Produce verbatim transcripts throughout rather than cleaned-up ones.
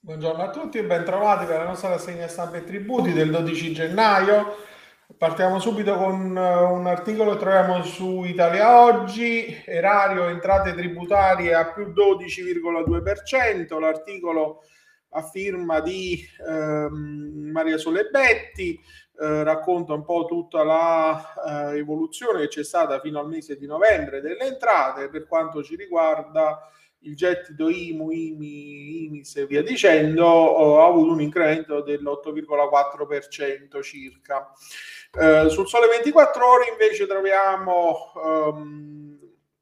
Buongiorno a tutti e ben trovati per la nostra rassegna stampa e tributi del dodici gennaio. Partiamo subito con eh, un articolo che troviamo su Italia Oggi, erario entrate tributarie a più dodici virgola due per cento, l'articolo a firma di ehm, Maria Sole Betti, eh, racconta un po' tutta la eh, evoluzione che c'è stata fino al mese di novembre delle entrate. Per quanto ci riguarda, il gettito I M U, I M I, I M I S e via dicendo, oh, ha avuto un incremento dell'otto virgola quattro per cento circa. Eh, sul Sole ventiquattro Ore invece troviamo um,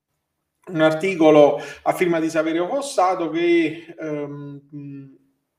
un articolo a firma di Saverio Fossato che um,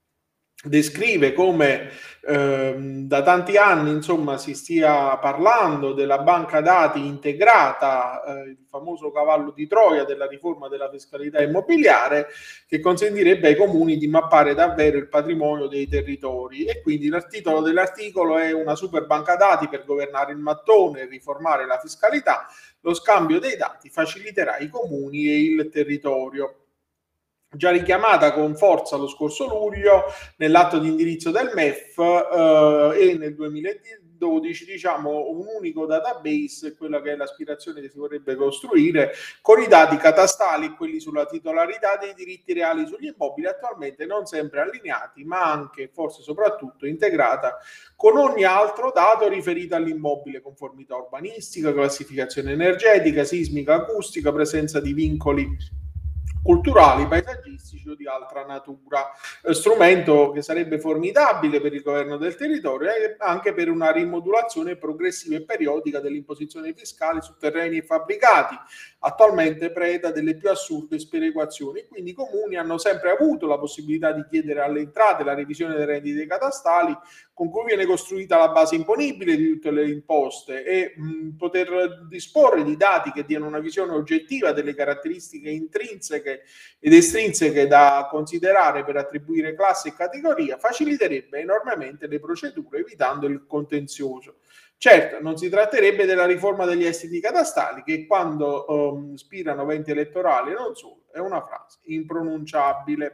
descrive come ehm, da tanti anni insomma si stia parlando della banca dati integrata, eh, il famoso cavallo di Troia della riforma della fiscalità immobiliare, che consentirebbe ai comuni di mappare davvero il patrimonio dei territori. E quindi il titolo dell'articolo è una super banca dati per governare il mattone e riformare la fiscalità. Lo scambio dei dati faciliterà i comuni e il territorio, già richiamata con forza lo scorso luglio nell'atto di indirizzo del M E F, eh, e nel duemiladodici diciamo un unico database, quella che è l'aspirazione che si vorrebbe costruire, con i dati catastali e quelli sulla titolarità dei diritti reali sugli immobili, attualmente non sempre allineati, ma anche, forse soprattutto, integrata con ogni altro dato riferito all'immobile: conformità urbanistica, classificazione energetica, sismica, acustica, presenza di vincoli culturali, paesaggistici o di altra natura. Eh, strumento che sarebbe formidabile per il governo del territorio e anche per una rimodulazione progressiva e periodica delle imposizioni fiscali su terreni e fabbricati, attualmente preda delle più assurde sperequazioni. Quindi i comuni hanno sempre avuto la possibilità di chiedere alle entrate la revisione dei renditi catastali, con cui viene costruita la base imponibile di tutte le imposte, e mh, poter disporre di dati che diano una visione oggettiva delle caratteristiche intrinseche ed estrinseche da considerare per attribuire classe e categoria faciliterebbe enormemente le procedure, evitando il contenzioso. Certo, non si tratterebbe della riforma degli estiti catastali, che quando um, spirano venti elettorali e non solo, è una frase impronunciabile.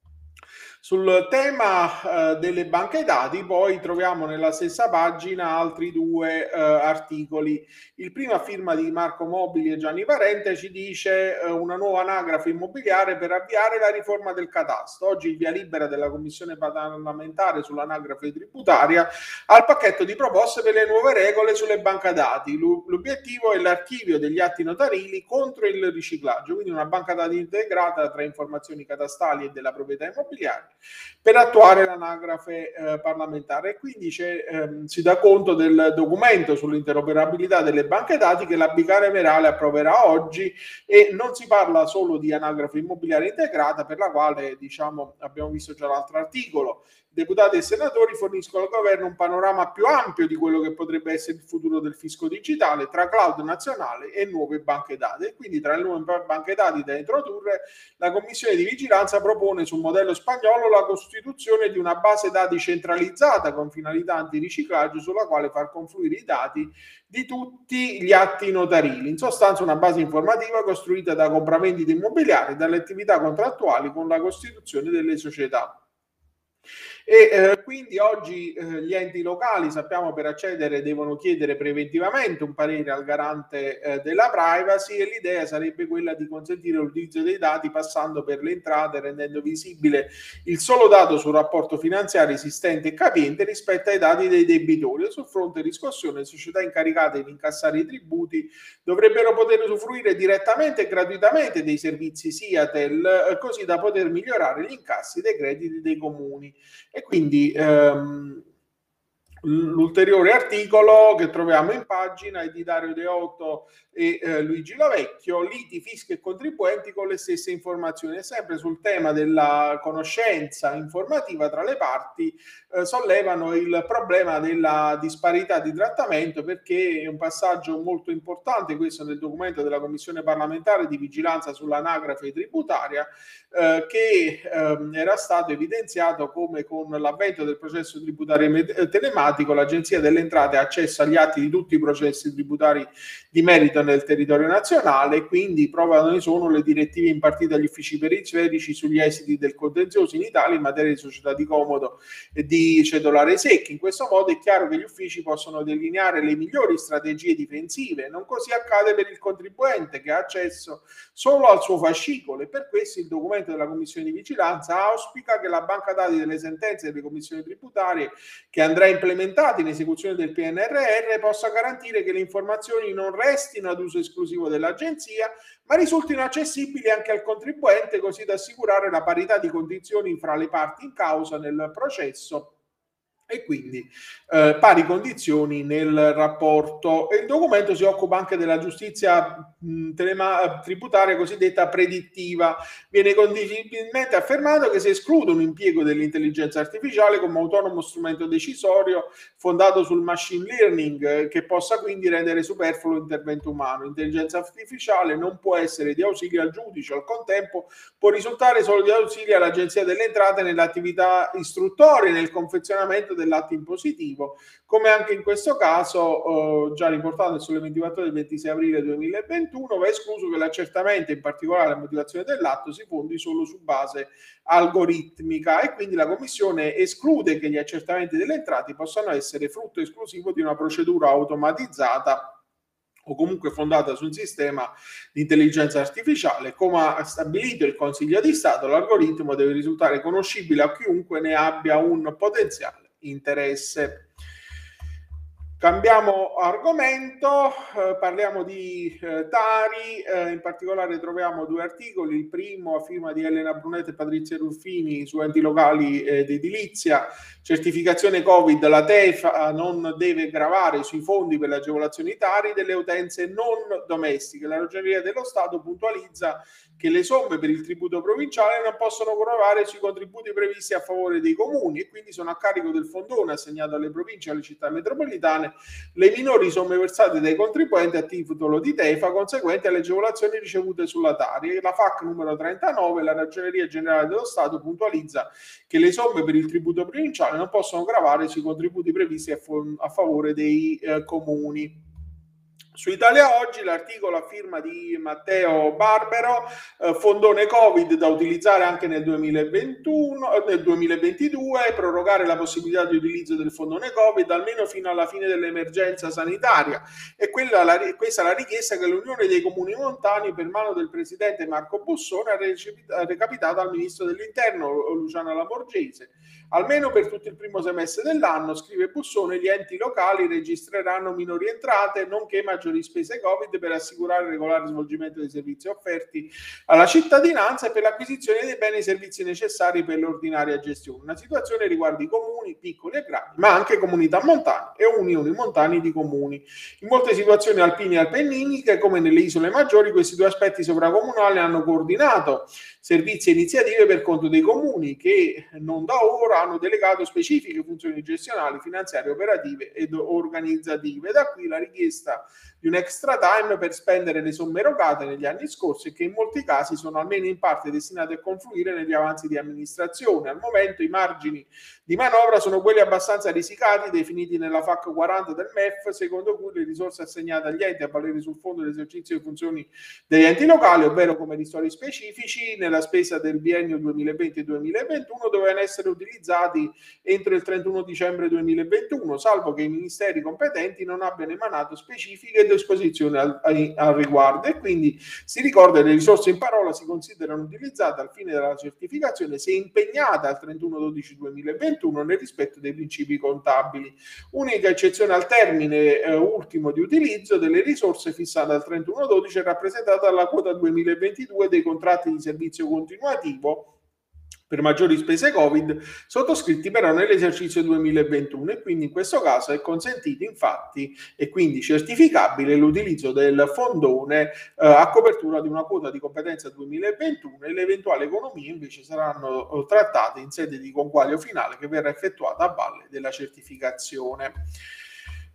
Sul tema eh, delle banche dati poi troviamo nella stessa pagina altri due eh, articoli. Il primo, a firma di Marco Mobili e Gianni Parente, ci dice eh, una nuova anagrafe immobiliare per avviare la riforma del catasto. Oggi il via libera della Commissione parlamentare sull'anagrafe tributaria al pacchetto di proposte per le nuove regole sulle banche dati. L'obiettivo è l'archivio degli atti notarili contro il riciclaggio, quindi una banca dati integrata tra informazioni catastali e della proprietà immobiliare, per attuare l'anagrafe eh, parlamentare. E quindi ehm, si dà conto del documento sull'interoperabilità delle banche dati che la bicamerale approverà oggi, e non si parla solo di anagrafe immobiliare integrata, per la quale, diciamo, abbiamo visto già l'altro articolo, deputati e senatori forniscono al governo un panorama più ampio di quello che potrebbe essere il futuro del fisco digitale, tra cloud nazionale e nuove banche dati. E quindi, tra le nuove banche dati da introdurre, la Commissione di vigilanza propone sul modello spagnolo la costituzione di una base dati centralizzata con finalità antiriciclaggio, sulla quale far confluire i dati di tutti gli atti notarili. In sostanza, una base informativa costruita da compravendite immobiliari, dalle attività contrattuali, con la costituzione delle società. E eh, quindi oggi eh, gli enti locali, sappiamo, per accedere devono chiedere preventivamente un parere al garante eh, della privacy, e l'idea sarebbe quella di consentire l'utilizzo dei dati passando per le entrate, rendendo visibile il solo dato sul rapporto finanziario esistente e capiente rispetto ai dati dei debitori. E sul fronte riscossione, le società incaricate di incassare i tributi dovrebbero poter usufruire direttamente e gratuitamente dei servizi Siatel, eh, così da poter migliorare gli incassi dei crediti dei comuni. E quindi ehm, l'ulteriore articolo che troviamo in pagina è di Dario Deotto e eh, Luigi Lavecchio: liti, fischi e contribuenti con le stesse informazioni. Sempre sul tema della conoscenza informativa tra le parti, eh, sollevano il problema della disparità di trattamento, perché è un passaggio molto importante questo nel documento della Commissione parlamentare di vigilanza sull'anagrafe tributaria, eh, che eh, era stato evidenziato come con l'avvento del processo tributario telematico automatico. L'Agenzia delle Entrate ha accesso agli atti di tutti i processi tributari di merito nel territorio nazionale, quindi prova ne sono le direttive impartite agli uffici periferici sugli esiti del contenzioso in Italia in materia di società di comodo e di cedolare secchi. In questo modo è chiaro che gli uffici possono delineare le migliori strategie difensive. Non così accade per il contribuente, che ha accesso solo al suo fascicolo, e per questo il documento della Commissione di Vigilanza auspica che la banca dati delle sentenze delle commissioni tributarie, che andrà implementata in esecuzione del P N R R, possa garantire che le informazioni non restino ad uso esclusivo dell'Agenzia, ma risultino accessibili anche al contribuente, così da assicurare la parità di condizioni fra le parti in causa nel processo e quindi eh, pari condizioni nel rapporto. E il documento si occupa anche della giustizia mh, telema- tributaria cosiddetta predittiva. Viene condividentemente affermato che si esclude un impiego dell'intelligenza artificiale come autonomo strumento decisorio fondato sul machine learning, eh, che possa quindi rendere superfluo l'intervento umano. L'intelligenza artificiale non può essere di ausilio al giudice, al contempo può risultare solo di ausilio all'Agenzia delle Entrate nell'attività istruttoria e nel confezionamento dell'atto impositivo, come anche in questo caso eh, già riportato nel Sole ventiquattro del ventisei aprile duemilaventuno, va escluso che l'accertamento, in particolare la motivazione dell'atto, si fondi solo su base algoritmica, e quindi la Commissione esclude che gli accertamenti delle entrate possano essere frutto esclusivo di una procedura automatizzata o comunque fondata su un sistema di intelligenza artificiale. Come ha stabilito il Consiglio di Stato, l'algoritmo deve risultare conoscibile a chiunque ne abbia un potenziale interesse. Cambiamo argomento, eh, parliamo di eh, Tari, eh, in particolare troviamo due articoli, il primo a firma di Elena Brunetta e Patrizia Ruffini su enti locali ed edilizia, certificazione Covid, la TEFA non deve gravare sui fondi per le agevolazioni Tari delle utenze non domestiche. La Ragioneria dello Stato puntualizza che le somme per il tributo provinciale non possono gravare sui contributi previsti a favore dei comuni e quindi sono a carico del fondone assegnato alle province e alle città metropolitane le minori somme versate dai contribuenti a titolo di TEFA conseguenti alle agevolazioni ricevute sulla Tari. La F A Q numero trentanove, la Ragioneria Generale dello Stato puntualizza che le somme per il tributo provinciale non possono gravare sui contributi previsti a, fo- a favore dei eh, comuni. Su Italia Oggi l'articolo a firma di Matteo Barbero, eh, fondone Covid da utilizzare anche nel duemilaventuno, eh, nel duemilaventidue, prorogare la possibilità di utilizzo del fondone Covid almeno fino alla fine dell'emergenza sanitaria. E quella, la, questa è la richiesta che l'Unione dei Comuni Montani, per mano del presidente Marco Bussone, ha recapitato al ministro dell'Interno Luciana Lamorgese. Almeno per tutto il primo semestre dell'anno, scrive Bussone, gli enti locali registreranno minori entrate nonché maggiori spese Covid per assicurare il regolare svolgimento dei servizi offerti alla cittadinanza e per l'acquisizione dei beni e servizi necessari per l'ordinaria gestione. Una situazione riguarda i comuni piccoli e grandi, ma anche comunità montane e unioni montani di comuni. In molte situazioni alpine e appenniniche, come nelle isole maggiori, questi due aspetti sovracomunali hanno coordinato servizi e iniziative per conto dei comuni che non da ora hanno delegato specifiche funzioni gestionali, finanziarie, operative ed organizzative. Da qui la richiesta di un extra time per spendere le somme erogate negli anni scorsi e che in molti casi sono almeno in parte destinate a confluire negli avanzi di amministrazione. Al momento i margini di manovra sono quelli abbastanza risicati definiti nella F A Q quaranta del M E F, secondo cui le risorse assegnate agli enti a valere sul fondo dell'esercizio di funzioni degli enti locali, ovvero come ristori specifici, nella spesa del biennio duemilaventi duemilaventuno dovevano essere utilizzati entro il trentuno dicembre duemilaventuno, salvo che i ministeri competenti non abbiano emanato specifiche disposizioni al, al, al riguardo, e quindi si ricorda che le risorse in parola si considerano utilizzate al fine della certificazione se impegnate al trentuno dicembre duemilaventuno nel rispetto dei principi contabili. Unica eccezione al termine eh, ultimo di utilizzo delle risorse fissate al trentuno dicembre è rappresentata dalla quota duemilaventidue dei contratti di servizio continuativo per maggiori spese Covid sottoscritti però nell'esercizio duemilaventuno, e quindi in questo caso è consentito infatti e quindi certificabile l'utilizzo del fondone eh, a copertura di una quota di competenza duemilaventuno, e le eventuali economie invece saranno eh, trattate in sede di conguaglio finale che verrà effettuata a valle della certificazione.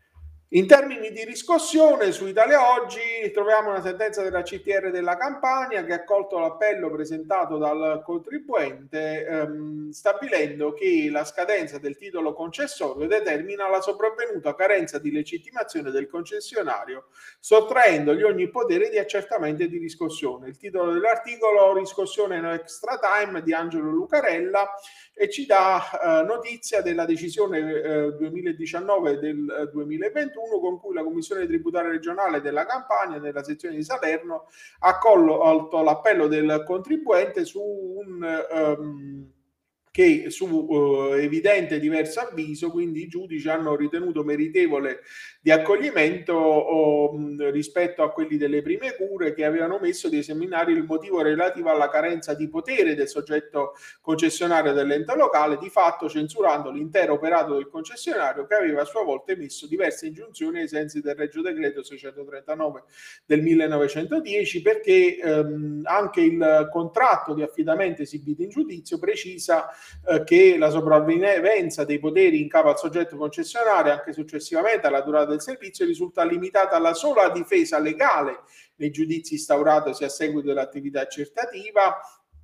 In termini di riscossione, su Italia Oggi troviamo una sentenza della C T R della Campania che ha accolto l'appello presentato dal contribuente, ehm, stabilendo che la scadenza del titolo concessorio determina la sopravvenuta carenza di legittimazione del concessionario, sottraendogli ogni potere di accertamento e di riscossione. Il titolo dell'articolo: riscossione no extra time di Angelo Lucarella, e ci dà eh, notizia della decisione eh, duemiladiciannove del eh, duemilaventuno con cui la Commissione tributaria regionale della Campania, nella sezione di Salerno, ha accolto l'appello del contribuente su un um, che su uh, evidente diverso avviso, quindi i giudici hanno ritenuto meritevole di accoglimento o, mh, rispetto a quelli delle prime cure, che avevano messo di esaminare il motivo relativo alla carenza di potere del soggetto concessionario dell'ente locale, di fatto censurando l'intero operato del concessionario, che aveva a sua volta emesso diverse ingiunzioni ai sensi del Regio Decreto seicentotrentanove del millenovecentodieci, perché ehm, anche il contratto di affidamento esibito in giudizio precisa eh, che la sopravvivenza dei poteri in capo al soggetto concessionario anche successivamente alla durata del servizio risulta limitata alla sola difesa legale nei giudizi instauratosi a seguito dell'attività accertativa,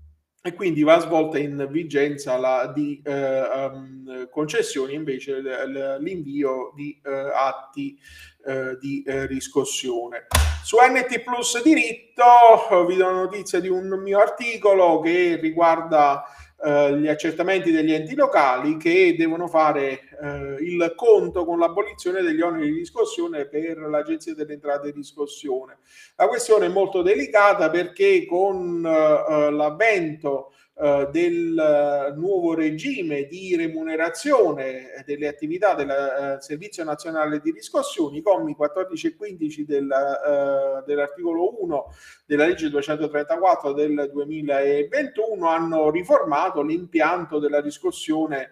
e quindi va svolta in vigenza la di eh, um, concessioni invece l'invio di eh, atti eh, di eh, riscossione. Su N T Plus Diritto vi do notizia di un mio articolo che riguarda Uh, gli accertamenti degli enti locali che devono fare uh, il conto con l'abolizione degli oneri di riscossione per l'Agenzia delle Entrate e Riscossione. La questione è molto delicata perché con uh, l'avvento uh, del uh, nuovo regime di remunerazione delle attività del uh, Servizio Nazionale di Riscossione, i commi quattordici e quindici del, uh, dell'articolo uno della legge duecentotrentaquattro del duemilaventuno hanno riformato l'impianto della riscossione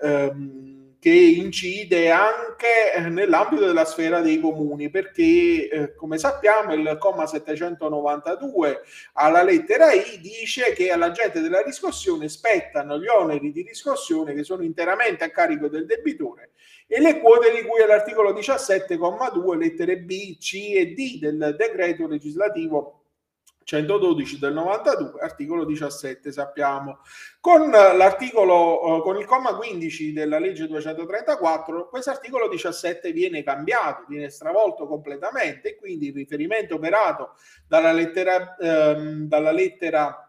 ehm, che incide anche nell'ambito della sfera dei comuni, perché eh, come sappiamo il comma settecentonovantadue alla lettera I dice che all'agente della riscossione spettano gli oneri di riscossione che sono interamente a carico del debitore e le quote di cui all'articolo diciassette comma due lettere B, C e D del decreto legislativo centododici del novantadue, articolo diciassette, sappiamo. Con l'articolo, con il comma quindici della legge duecentotrentaquattro, questo articolo diciassette viene cambiato, viene stravolto completamente, e quindi il riferimento operato dalla lettera, ehm, dalla lettera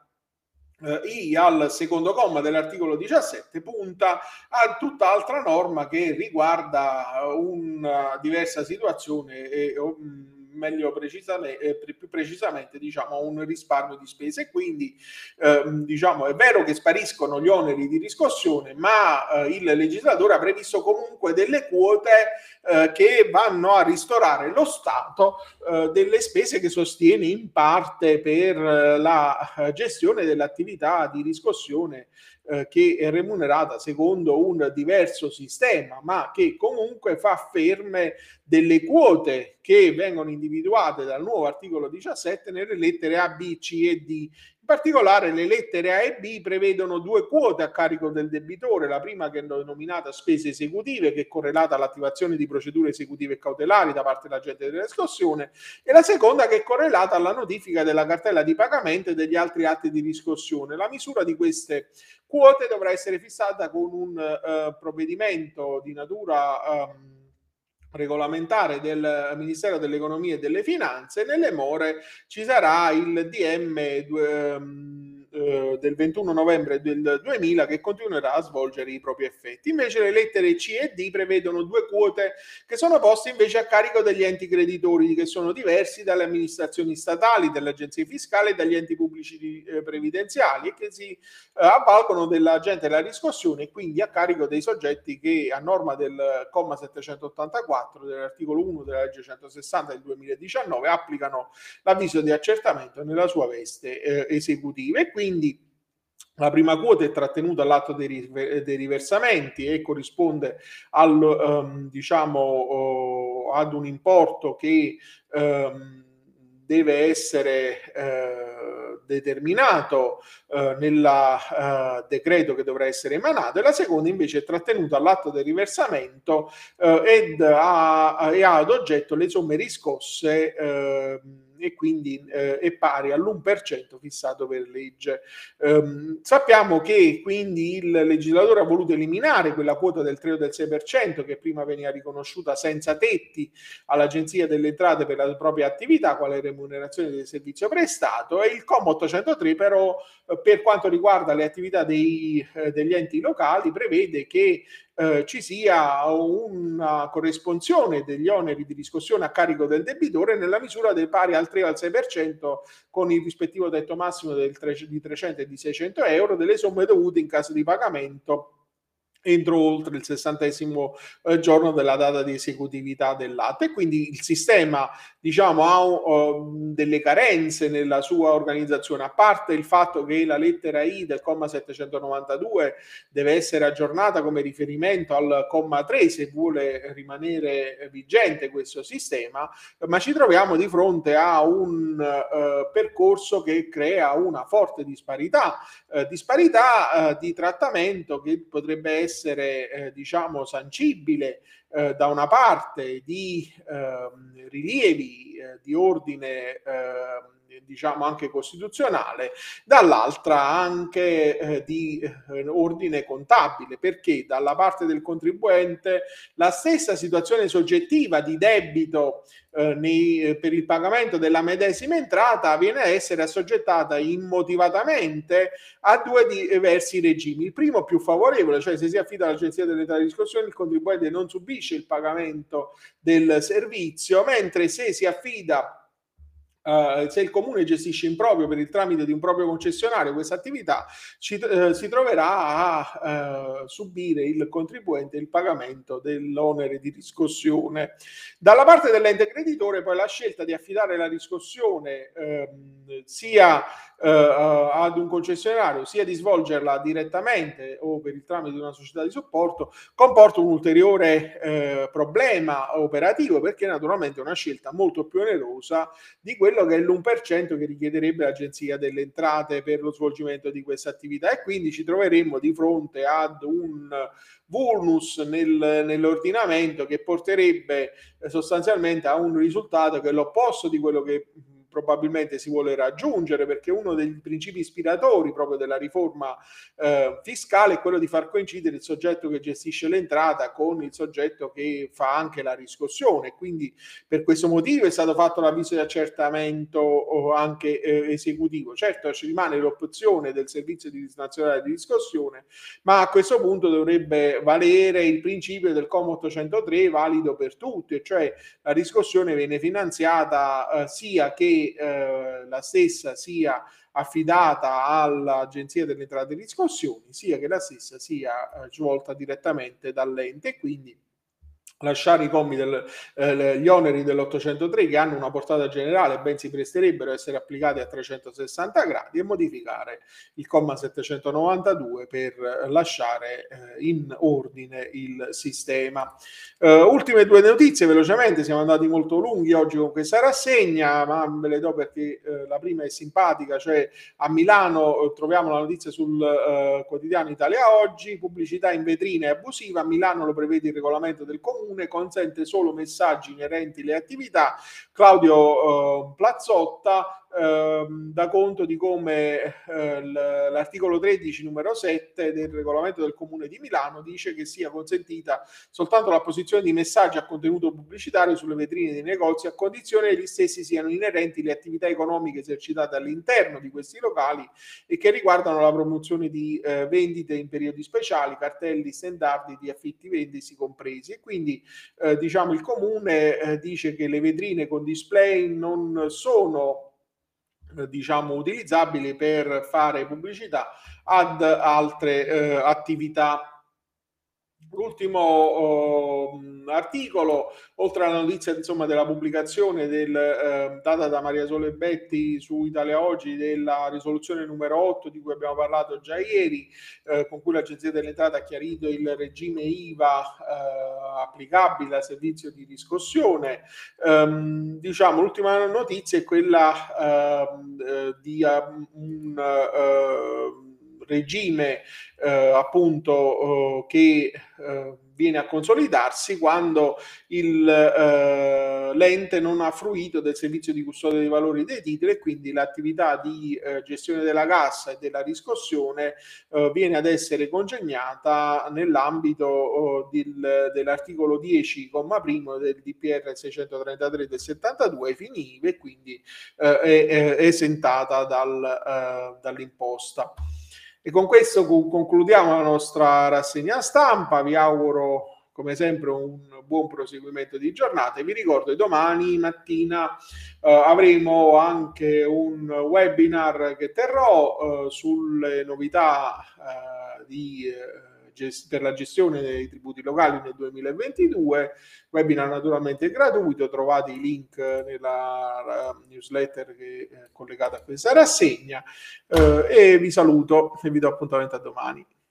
I al secondo comma dell'articolo diciassette punta a tutt'altra norma che riguarda una diversa situazione e meglio precisamente, più precisamente diciamo un risparmio di spese. Quindi eh, diciamo è vero che spariscono gli oneri di riscossione, ma eh, il legislatore ha previsto comunque delle quote eh, che vanno a ristorare lo Stato eh, delle spese che sostiene in parte per eh, la gestione dell'attività di riscossione eh, che è remunerata secondo un diverso sistema, ma che comunque fa ferme delle quote che vengono individuate dal nuovo articolo diciassette nelle lettere A, B, C e D. In particolare le lettere A e B prevedono due quote a carico del debitore, la prima che è denominata spese esecutive, che è correlata all'attivazione di procedure esecutive e cautelari da parte dell'agente della riscossione, e la seconda che è correlata alla notifica della cartella di pagamento e degli altri atti di riscossione. La misura di queste quote dovrà essere fissata con un uh, provvedimento di natura um, regolamentare del Ministero dell'Economia e delle Finanze. Nelle more ci sarà il D M um, del ventuno novembre del duemila che continuerà a svolgere i propri effetti. Invece le lettere C e D prevedono due quote che sono poste invece a carico degli enti creditori, che sono diversi dalle amministrazioni statali, dalle agenzie fiscali e dagli enti pubblici eh, previdenziali, e che si eh, avvalgono dell'agente della riscossione, e quindi a carico dei soggetti che a norma del comma settecentottantaquattro dell'articolo uno della legge centosessanta del duemiladiciannove applicano l'avviso di accertamento nella sua veste eh, esecutiva. E quindi la prima quota è trattenuta all'atto dei, dei riversamenti e corrisponde al, um, diciamo, uh, ad un importo che um, deve essere eh, determinato eh, nel eh, decreto che dovrà essere emanato, e la seconda invece è trattenuta all'atto del riversamento eh, ed ha, e ha ad oggetto le somme riscosse eh, e quindi eh, è pari all'uno per cento fissato per legge. Um, sappiamo che quindi il legislatore ha voluto eliminare quella quota del tre o del sei per cento che prima veniva riconosciuta senza tetti all'Agenzia delle Entrate per la propria attività, quale remunerazione del servizio prestato, e il comma ottocentotre però eh, per quanto riguarda le attività dei, eh, degli enti locali prevede che eh, ci sia una corresponsione degli oneri di riscossione a carico del debitore nella misura del pari al tre o al sei per cento con il rispettivo tetto massimo del tre, di trecento e di seicento euro delle somme dovute in caso di pagamento entro oltre il sessantesimo eh, giorno della data di esecutività dell'atto. E quindi il sistema, diciamo, ha uh, delle carenze nella sua organizzazione, a parte il fatto che la lettera I del comma settecentonovantadue deve essere aggiornata come riferimento al comma tre se vuole rimanere vigente questo sistema, ma ci troviamo di fronte a un uh, percorso che crea una forte disparità, uh, disparità uh, di trattamento che potrebbe essere essere eh, diciamo sancibile eh, da una parte di eh, rilievi eh, di ordine eh, diciamo anche costituzionale, dall'altra anche eh, di eh, ordine contabile, perché dalla parte del contribuente la stessa situazione soggettiva di debito eh, nei, per il pagamento della medesima entrata viene a essere assoggettata immotivatamente a due diversi regimi. Il primo più favorevole, cioè se si affida all'Agenzia delle Entrate e Riscossione il contribuente non subisce il pagamento del servizio, mentre se si affida Uh, se il comune gestisce in proprio per il tramite di un proprio concessionario questa attività, ci, uh, si troverà a uh, subire il contribuente il pagamento dell'onere di riscossione. Dalla parte dell'ente creditore poi la scelta di affidare la riscossione uh, sia uh, ad un concessionario sia di svolgerla direttamente o per il tramite di una società di supporto comporta un ulteriore uh, problema operativo, perché naturalmente è una scelta molto più onerosa di quello che è l'uno per cento che richiederebbe l'Agenzia delle Entrate per lo svolgimento di questa attività, e quindi ci troveremmo di fronte ad un vulnus nel, nell'ordinamento che porterebbe eh, sostanzialmente a un risultato che è l'opposto di quello che probabilmente si vuole raggiungere, perché uno dei principi ispiratori proprio della riforma eh, fiscale è quello di far coincidere il soggetto che gestisce l'entrata con il soggetto che fa anche la riscossione. Quindi per questo motivo è stato fatto l'avviso di accertamento anche eh, esecutivo. Certo ci rimane l'opzione del servizio di nazionale di riscossione, ma a questo punto dovrebbe valere il principio del comma ottocentotre valido per tutti, e cioè la riscossione viene finanziata eh, sia che eh, la stessa sia affidata all'Agenzia delle Entrate e Riscossioni, sia che la stessa sia eh, svolta direttamente dall'ente. Quindi lasciare i commi del, eh, gli oneri dell'ottocentotre che hanno una portata generale ben si presterebbero a essere applicati a trecentosessanta gradi, e modificare il comma settecentonovantadue per lasciare eh, in ordine il sistema. Uh, ultime due notizie velocemente, siamo andati molto lunghi oggi con questa rassegna, ma ve le do perché eh, la prima è simpatica, cioè a Milano eh, troviamo la notizia sul eh, quotidiano Italia Oggi: pubblicità in vetrine abusiva, a Milano lo prevede il regolamento del comune, consente solo messaggi inerenti alle attività. Claudio eh, Plazzotta eh, dà conto di come eh, l'articolo tredici numero sette del regolamento del comune di Milano dice che sia consentita soltanto la posizione di messaggi a contenuto pubblicitario sulle vetrine dei negozi, a condizione che gli stessi siano inerenti alle attività economiche esercitate all'interno di questi locali e che riguardano la promozione di eh, vendite in periodi speciali, cartelli, standard di affitti vendisi compresi. E quindi eh, diciamo il comune eh, dice che le vetrine con display non sono eh, diciamo utilizzabili per fare pubblicità ad altre eh, attività L'ultimo oh, articolo, oltre alla notizia insomma della pubblicazione del, eh, data da Maria Sole Betti su Italia Oggi della risoluzione numero otto di cui abbiamo parlato già ieri, eh, con cui l'Agenzia delle Entrate ha chiarito il regime I V A eh, applicabile al servizio di riscossione. Um, diciamo l'ultima notizia è quella uh, di uh, un uh, regime eh, appunto eh, che eh, viene a consolidarsi quando il, eh, l'ente non ha fruito del servizio di custodia dei valori dei titoli e quindi l'attività di eh, gestione della cassa e della riscossione eh, viene ad essere congegnata nell'ambito eh, del, dell'articolo dieci comma primo del D P R seicentotrentatré del settantadue fini I V A e quindi eh, è, è esentata dal, eh, dall'imposta. E con questo concludiamo la nostra rassegna stampa. Vi auguro come sempre un buon proseguimento di giornata e vi ricordo che domani mattina eh, avremo anche un webinar che terrò eh, sulle novità eh, di, eh, gest- per la gestione dei tributi locali nel duemilaventidue. Webinar naturalmente gratuito, trovate i link nella uh, newsletter che è collegata a questa rassegna eh, e vi saluto e vi do appuntamento a domani.